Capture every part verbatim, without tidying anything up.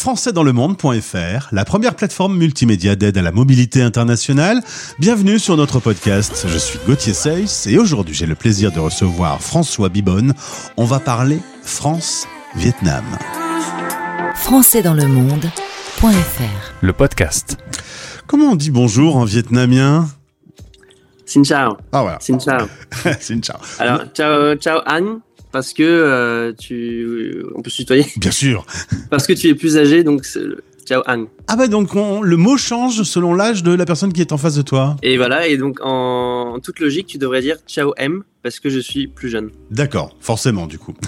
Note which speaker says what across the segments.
Speaker 1: français dans le monde point f r, la première plateforme multimédia d'aide à la mobilité internationale. Bienvenue sur notre podcast. Je suis Gauthier Seyss et aujourd'hui j'ai le plaisir de recevoir François Bibonne. On va parler France-Vietnam.
Speaker 2: français dans le monde point f r,
Speaker 3: le podcast.
Speaker 1: Comment on dit bonjour en vietnamien?
Speaker 4: Xin chào.
Speaker 1: Ah voilà.
Speaker 4: Xin chào.
Speaker 1: Xin chào.
Speaker 4: Alors, ciao, ciao Anne, parce que euh, tu... On peut se tutoyer?
Speaker 1: Bien sûr.
Speaker 4: Parce que tu es plus âgé, donc c'est le... ciao Anne.
Speaker 1: Ah bah donc on, le mot change selon l'âge de la personne qui est en face de toi.
Speaker 4: Et voilà, et donc en, en toute logique, tu devrais dire ciao M, parce que je suis plus jeune.
Speaker 1: D'accord, forcément du coup.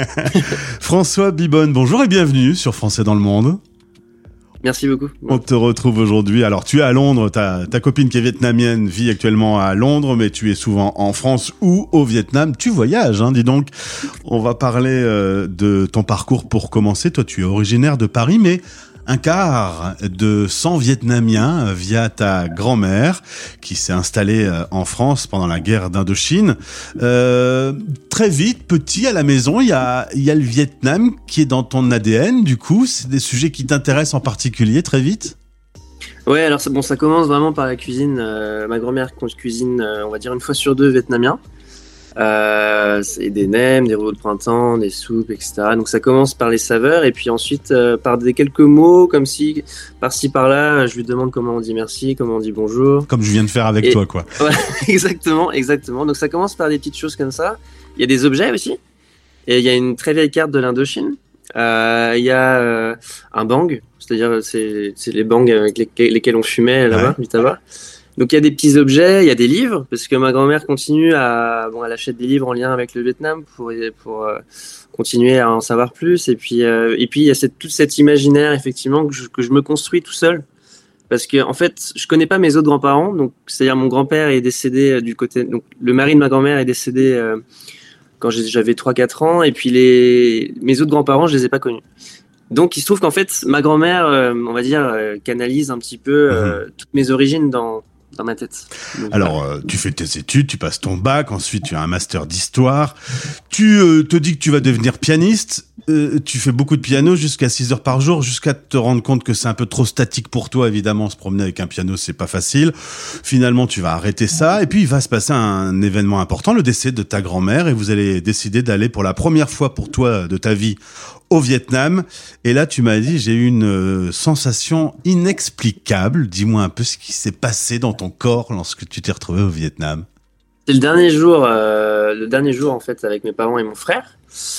Speaker 1: François Bibonne, bonjour et bienvenue sur Français dans le monde.
Speaker 4: Merci beaucoup.
Speaker 1: On te retrouve aujourd'hui. Alors, tu es à Londres. Ta, ta copine qui est vietnamienne vit actuellement à Londres, mais tu es souvent en France ou au Vietnam. Tu voyages, hein, dis donc. On va parler euh, de ton parcours pour commencer. Toi, tu es originaire de Paris, mais un quart de sang vietnamien via ta grand-mère qui s'est installée en France pendant la guerre d'Indochine. Euh, très vite, petit, à la maison, il y a, il y a le Vietnam qui est dans ton A D N. Du coup, c'est des sujets qui t'intéressent en particulier très vite?
Speaker 4: Ouais, alors bon, ça commence vraiment par la cuisine. Euh, ma grand-mère cuisine, euh, on va dire une fois sur deux vietnamien. Euh, c'est des nems, des rouleaux de printemps, des soupes, et cetera. Donc ça commence par les saveurs et puis ensuite euh, par des quelques mots comme si par-ci par-là, je lui demande comment on dit merci, comment on dit bonjour.
Speaker 1: Comme je viens de faire avec
Speaker 4: et,
Speaker 1: toi, quoi.
Speaker 4: Ouais, exactement, exactement. Donc ça commence par des petites choses comme ça. Il y a des objets aussi. Et il y a une très vieille carte de l'Indochine. Euh, il y a euh, un bang, c'est-à-dire c'est, c'est les bangs avec lesquels, lesquels on fumait là-bas, ouais. Du tabac. Donc il y a des petits objets, il y a des livres, parce que ma grand-mère continue à, bon, elle achète des livres en lien avec le Vietnam pour pour euh, continuer à en savoir plus. Et puis euh, et puis il y a cette, tout cet imaginaire effectivement que je, que je me construis tout seul, parce que en fait je connais pas mes autres grands-parents. Donc c'est-à-dire mon grand-père est décédé du côté, donc le mari de ma grand-mère est décédé euh, quand j'avais trois quatre ans, et puis les mes autres grands-parents je les ai pas connus. Donc il se trouve qu'en fait ma grand-mère, euh, on va dire, euh, canalise un petit peu euh, mmh. toutes mes origines dans dans ma tête. Donc,
Speaker 1: alors, euh, tu fais tes études, tu passes ton bac, ensuite tu as un master d'histoire, tu euh, te dis que tu vas devenir pianiste, euh, tu fais beaucoup de piano jusqu'à six heures par jour, jusqu'à te rendre compte que c'est un peu trop statique pour toi, évidemment, se promener avec un piano, c'est pas facile. Finalement, tu vas arrêter ça, et puis il va se passer un événement important, le décès de ta grand-mère, et vous allez décider d'aller pour la première fois pour toi de ta vie au Vietnam. Et là, tu m'as dit, j'ai eu une euh, sensation inexplicable. Dis-moi un peu ce qui s'est passé dans ton corps lorsque tu t'es retrouvé au Vietnam.
Speaker 4: C'est le dernier jour, euh, le dernier jour en fait, avec mes parents et mon frère.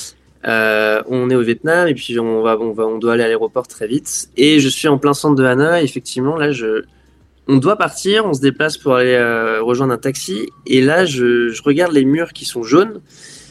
Speaker 4: Euh, on est au Vietnam et puis on va, on va, on doit aller à l'aéroport très vite. Et je suis en plein centre de Hanoï. Effectivement, là, je, on doit partir. On se déplace pour aller euh, rejoindre un taxi. Et là, je, je regarde les murs qui sont jaunes.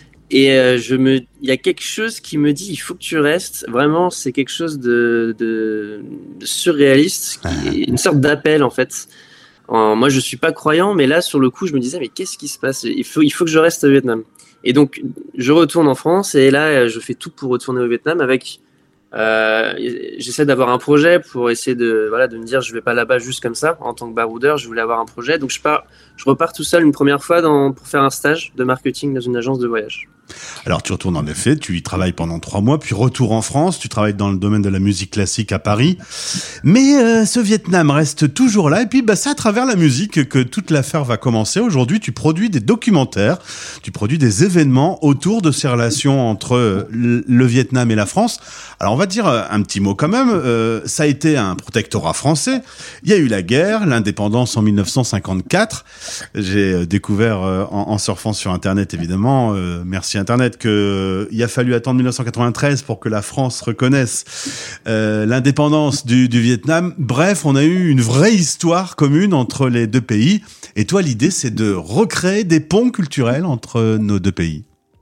Speaker 4: Et euh, je me, il y a quelque chose qui me dit, il faut que tu restes. Vraiment, c'est quelque chose de, de, de surréaliste, qui est une sorte d'appel en fait. En, moi, je suis pas croyant, mais là, sur le coup, je me disais, mais qu'est-ce qui se passe? Il faut, il faut que je reste au Vietnam. Et donc, je retourne en France et là, je fais tout pour retourner au Vietnam avec. Euh, j'essaie d'avoir un projet pour essayer de, voilà, de me dire, je vais pas là-bas juste comme ça en tant que baroudeur. Je voulais avoir un projet, donc je pars, je repars tout seul une première fois dans, pour faire un stage de marketing dans une agence de voyage.
Speaker 1: Alors tu retournes en effet, tu y travailles pendant trois mois, puis retour en France, tu travailles dans le domaine de la musique classique à Paris. Mais euh, ce Vietnam reste toujours là, et puis bah, c'est à travers la musique que toute l'affaire va commencer. Aujourd'hui, tu produis des documentaires, tu produis des événements autour de ces relations entre le Vietnam et la France. Alors on va dire un petit mot quand même, euh, ça a été un protectorat français, il y a eu la guerre, l'indépendance en mille neuf cent cinquante-quatre. J'ai découvert euh, en, en surfant sur Internet évidemment, euh, merci Internet, qu'il euh, a fallu attendre mille neuf cent quatre-vingt-treize pour que la France reconnaisse euh, l'indépendance du, du Vietnam. Bref, on a eu une vraie histoire commune entre les deux pays. Et toi, l'idée, c'est de recréer des ponts culturels entre nos deux pays.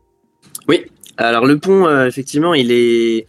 Speaker 4: Oui, alors le pont, euh, effectivement, il est...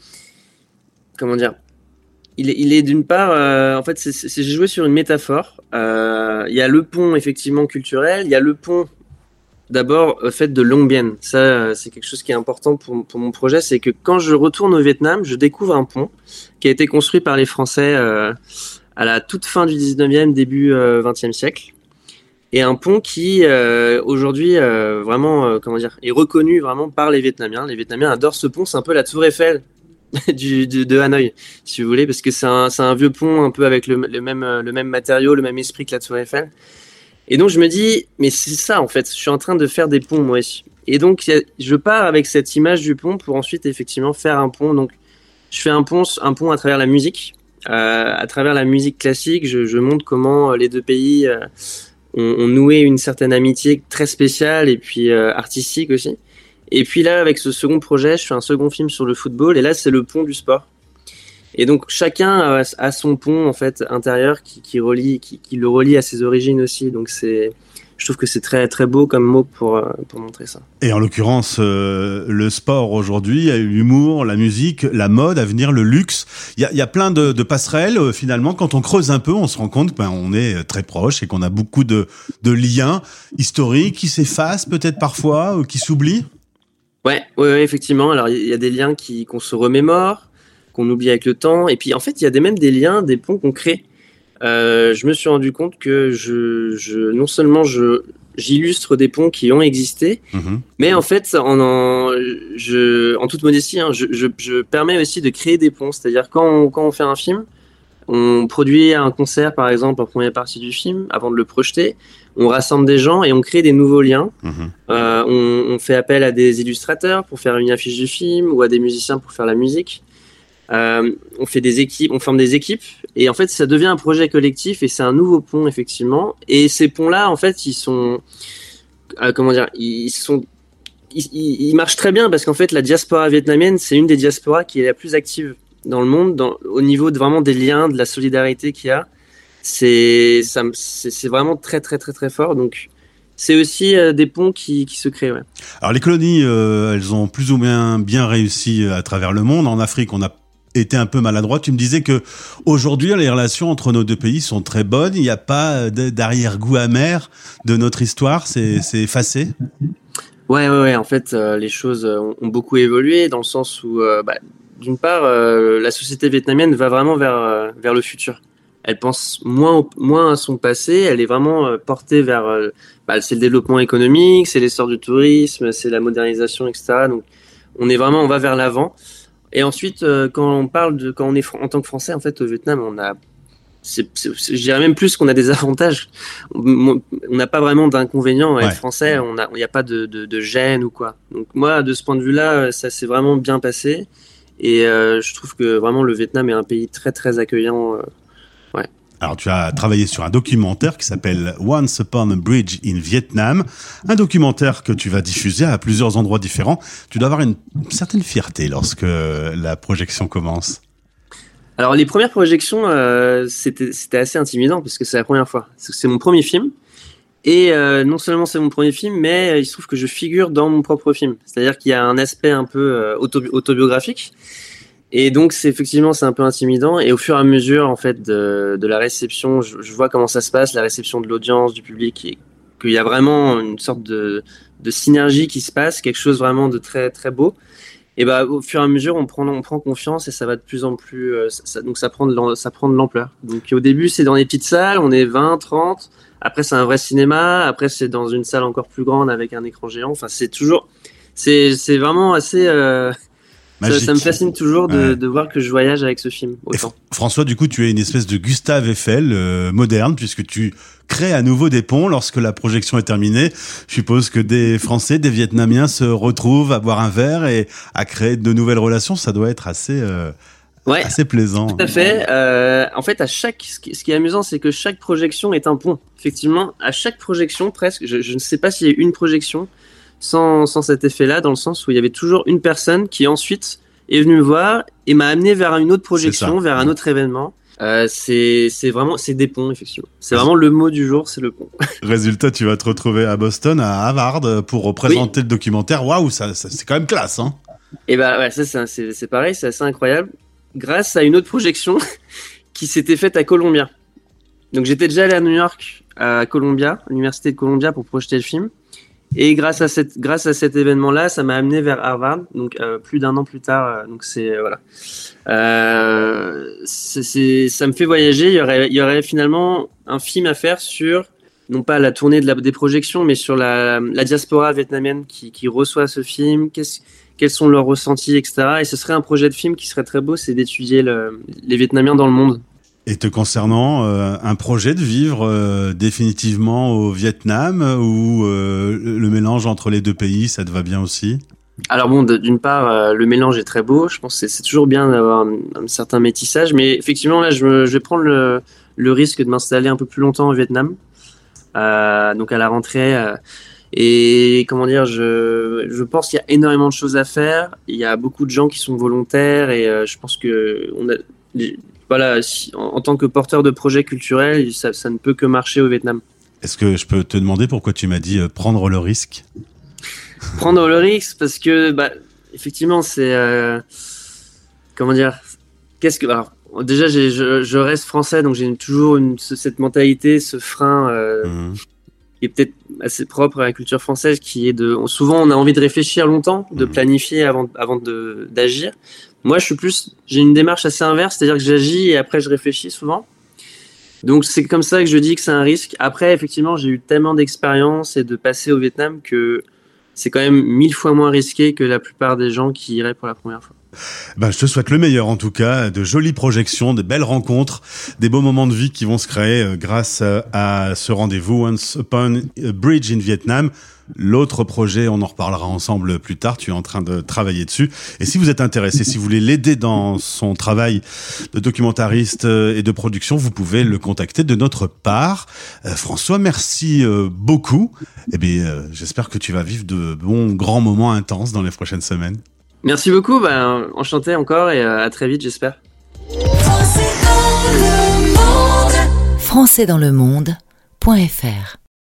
Speaker 4: Comment dire ? Il est, il est d'une part... Euh, en fait, c'est, c'est, j'ai joué sur une métaphore. Euh, il y a le pont, effectivement, culturel. Il y a le pont... D'abord, au fait de Long Bien, ça c'est quelque chose qui est important pour, pour mon projet, c'est que quand je retourne au Vietnam, je découvre un pont qui a été construit par les Français euh, à la toute fin du dix-neuvième, début euh, vingtième siècle, et un pont qui euh, aujourd'hui euh, vraiment, euh, comment dire, est reconnu vraiment par les Vietnamiens. Les Vietnamiens adorent ce pont, c'est un peu la Tour Eiffel du, de, de Hanoï, si vous voulez, parce que c'est un, c'est un vieux pont un peu avec le, le, même, le même matériau, le même esprit que la Tour Eiffel. Et donc je me dis, mais c'est ça en fait, je suis en train de faire des ponts moi aussi. Et donc je pars avec cette image du pont pour ensuite effectivement faire un pont. Donc je fais un pont, un pont à travers la musique, euh, à travers la musique classique. Je, je montre comment les deux pays euh, ont, ont noué une certaine amitié très spéciale et puis euh, artistique aussi. Et puis là, avec ce second projet, je fais un second film sur le football. Et là, c'est le pont du sport. Et donc chacun a, a son pont en fait intérieur qui, qui relie, qui, qui le relie à ses origines aussi. Donc c'est, je trouve que c'est très très beau comme mot pour pour montrer ça.
Speaker 1: Et en l'occurrence, euh, le sport aujourd'hui, l'humour, la musique, la mode, à venir le luxe. Il y a, il y a plein de, de passerelles. Euh, finalement, quand on creuse un peu, on se rend compte qu'on ben, est très proche et qu'on a beaucoup de de liens historiques qui s'effacent peut-être parfois, ou qui s'oublient.
Speaker 4: Ouais, ouais, ouais, effectivement. Alors il y a des liens qui qu'on se remémore, qu'on oublie avec le temps. Et puis en fait, il y a des, même des liens, des ponts qu'on crée. Euh, je me suis rendu compte que je, je non seulement je j'illustre des ponts qui ont existé, mmh. mais en fait, en, en, je, en toute modestie, hein, je, je, je permets aussi de créer des ponts. C'est-à-dire quand on, quand on fait un film, on produit un concert, par exemple, en première partie du film, avant de le projeter. On rassemble des gens et on crée des nouveaux liens. Mmh. Euh, on, on fait appel à des illustrateurs pour faire une affiche du film ou à des musiciens pour faire la musique. Euh, on fait des équipes, on forme des équipes et en fait ça devient un projet collectif et c'est un nouveau pont effectivement. Et ces ponts-là, en fait, ils sont, euh, comment dire, ils sont, ils, ils marchent très bien parce qu'en fait la diaspora vietnamienne, c'est une des diasporas qui est la plus active dans le monde, dans, au niveau de vraiment des liens, de la solidarité qu'il y a. C'est, ça, c'est, c'est vraiment très très très très fort. Donc c'est aussi euh, des ponts qui, qui se créent. Ouais.
Speaker 1: Alors les colonies, euh, elles ont plus ou moins bien réussi à travers le monde. En Afrique, on a été un peu maladroit. Tu me disais que aujourd'hui, les relations entre nos deux pays sont très bonnes. Il n'y a pas d'arrière-goût amer de notre histoire. C'est, c'est effacé.
Speaker 4: Ouais, ouais, ouais. En fait, euh, les choses ont, ont beaucoup évolué dans le sens où, euh, bah, d'une part, euh, la société vietnamienne va vraiment vers euh, vers le futur. Elle pense moins au, moins à son passé. Elle est vraiment euh, portée vers euh, bah, c'est le développement économique, c'est l'essor du tourisme, c'est la modernisation, et cetera. Donc, on est vraiment, on va vers l'avant. Et ensuite, euh, quand on parle de, quand on est en tant que Français, en fait, au Vietnam, on a, c'est, c'est, je dirais même plus qu'on a des avantages. On n'a pas vraiment d'inconvénients à être ouais. français. On a, il n'y a pas de, de, de gêne ou quoi. Donc moi, de ce point de vue-là, ça s'est vraiment bien passé. Et euh, je trouve que vraiment le Vietnam est un pays très très accueillant. Euh, ouais.
Speaker 1: Alors, tu as travaillé sur un documentaire qui s'appelle Once Upon a Bridge in Vietnam, un documentaire que tu vas diffuser à plusieurs endroits différents. Tu dois avoir une certaine fierté lorsque la projection commence.
Speaker 4: Alors, les premières projections, euh, c'était, c'était assez intimidant parce que c'est la première fois. C'est mon premier film. Et euh, non seulement c'est mon premier film, mais il se trouve que je figure dans mon propre film. C'est-à-dire qu'il y a un aspect un peu euh, autobi- autobiographique. Et donc, c'est effectivement, c'est un peu intimidant. Et au fur et à mesure, en fait, de, de la réception, je, je vois comment ça se passe, la réception de l'audience, du public, et qu'il y a vraiment une sorte de, de synergie qui se passe, quelque chose vraiment de très, très beau. Et bah, au fur et à mesure, on prend, on prend confiance et ça va de plus en plus, euh, ça, donc ça prend de, ça prend de l'ampleur. Donc, au début, c'est dans les petites salles, on est vingt, trente. Après, c'est un vrai cinéma. Après, c'est dans une salle encore plus grande avec un écran géant. Enfin, c'est toujours, c'est, c'est vraiment assez, euh, Ça, ça me fascine toujours de, ouais. de voir que je voyage avec ce film autant.
Speaker 1: Et François, du coup, tu es une espèce de Gustave Eiffel euh, moderne, puisque tu crées à nouveau des ponts lorsque la projection est terminée. Je suppose que des Français, des Vietnamiens se retrouvent à boire un verre et à créer de nouvelles relations. Ça doit être assez, euh, ouais, assez plaisant.
Speaker 4: Tout à fait. Euh, en fait, à chaque, ce qui, ce qui est amusant, c'est que chaque projection est un pont. Effectivement, à chaque projection, presque, je, je ne sais pas s'il y a eu une projection sans, sans cet effet-là, dans le sens où il y avait toujours une personne qui ensuite est venue me voir et m'a amené vers une autre projection, vers un autre événement. Euh, c'est, c'est vraiment, c'est des ponts, effectivement. C'est vraiment le mot du jour, c'est le pont.
Speaker 1: Résultat, tu vas te retrouver à Boston, à Harvard, pour représenter oui. le documentaire. Waouh, ça, ça, c'est quand même classe, hein.
Speaker 4: Et bah, ouais, ça, c'est, c'est, c'est pareil, c'est assez incroyable. Grâce à une autre projection qui s'était faite à Columbia. Donc, j'étais déjà allé à New York, à Columbia, à l'université de Columbia, pour projeter le film. Et grâce à cette, grâce à cet événement-là, ça m'a amené vers Harvard. Donc, euh, plus d'un an plus tard. Euh, donc, c'est, euh, voilà. Euh, c'est, c'est, ça me fait voyager. Il y aurait, il y aurait finalement un film à faire sur, non pas la tournée de la, des projections, mais sur la, la diaspora vietnamienne qui, qui reçoit ce film. Qu'est-ce, quels sont leurs ressentis, et cetera. Et ce serait un projet de film qui serait très beau, c'est d'étudier le, les Vietnamiens dans le monde.
Speaker 1: Et te concernant, euh, un projet de vivre euh, définitivement au Vietnam ou euh, le mélange entre les deux pays, ça te va bien aussi ?
Speaker 4: Alors bon, d'une part, euh, le mélange est très beau. Je pense que c'est, c'est toujours bien d'avoir un, un certain métissage. Mais effectivement, là, je, me, je vais prendre le, le risque de m'installer un peu plus longtemps au Vietnam. Euh, donc à la rentrée. Euh, et comment dire, je, je pense qu'il y a énormément de choses à faire. Il y a beaucoup de gens qui sont volontaires. Et euh, je pense que on a... Les, Voilà, si, en, en tant que porteur de projets culturels, ça, ça ne peut que marcher au Vietnam.
Speaker 1: Est-ce que je peux te demander pourquoi tu m'as dit euh, prendre le risque ?
Speaker 4: Prendre le risque parce que, bah, effectivement, c'est euh, comment dire, qu'est-ce que, alors, déjà, j'ai, je, je reste français, donc j'ai toujours une, cette mentalité, ce frein euh, mmh. qui est peut-être assez propre à la culture française, qui est de, souvent, on a envie de réfléchir longtemps, de mmh. planifier avant, avant de, d'agir. Moi, je suis plus, j'ai une démarche assez inverse, c'est-à-dire que j'agis et après je réfléchis souvent. Donc c'est comme ça que je dis que c'est un risque. Après, effectivement, j'ai eu tellement d'expérience et de passer au Vietnam que c'est quand même mille fois moins risqué que la plupart des gens qui iraient pour la première fois.
Speaker 1: Ben, je te souhaite le meilleur en tout cas, de jolies projections, de belles rencontres, des beaux moments de vie qui vont se créer euh, grâce à ce rendez-vous Once Upon a Bridge in Vietnam. L'autre projet, on en reparlera ensemble plus tard, tu es en train de travailler dessus. Et si vous êtes intéressé, si vous voulez l'aider dans son travail de documentariste et de production, vous pouvez le contacter de notre part. Euh, François, merci euh, beaucoup. Eh bien, euh, j'espère que tu vas vivre de bons, grands moments intenses dans les prochaines semaines.
Speaker 4: Merci beaucoup, ben, enchanté encore et à très vite, j'espère.
Speaker 2: Français dans le monde point F R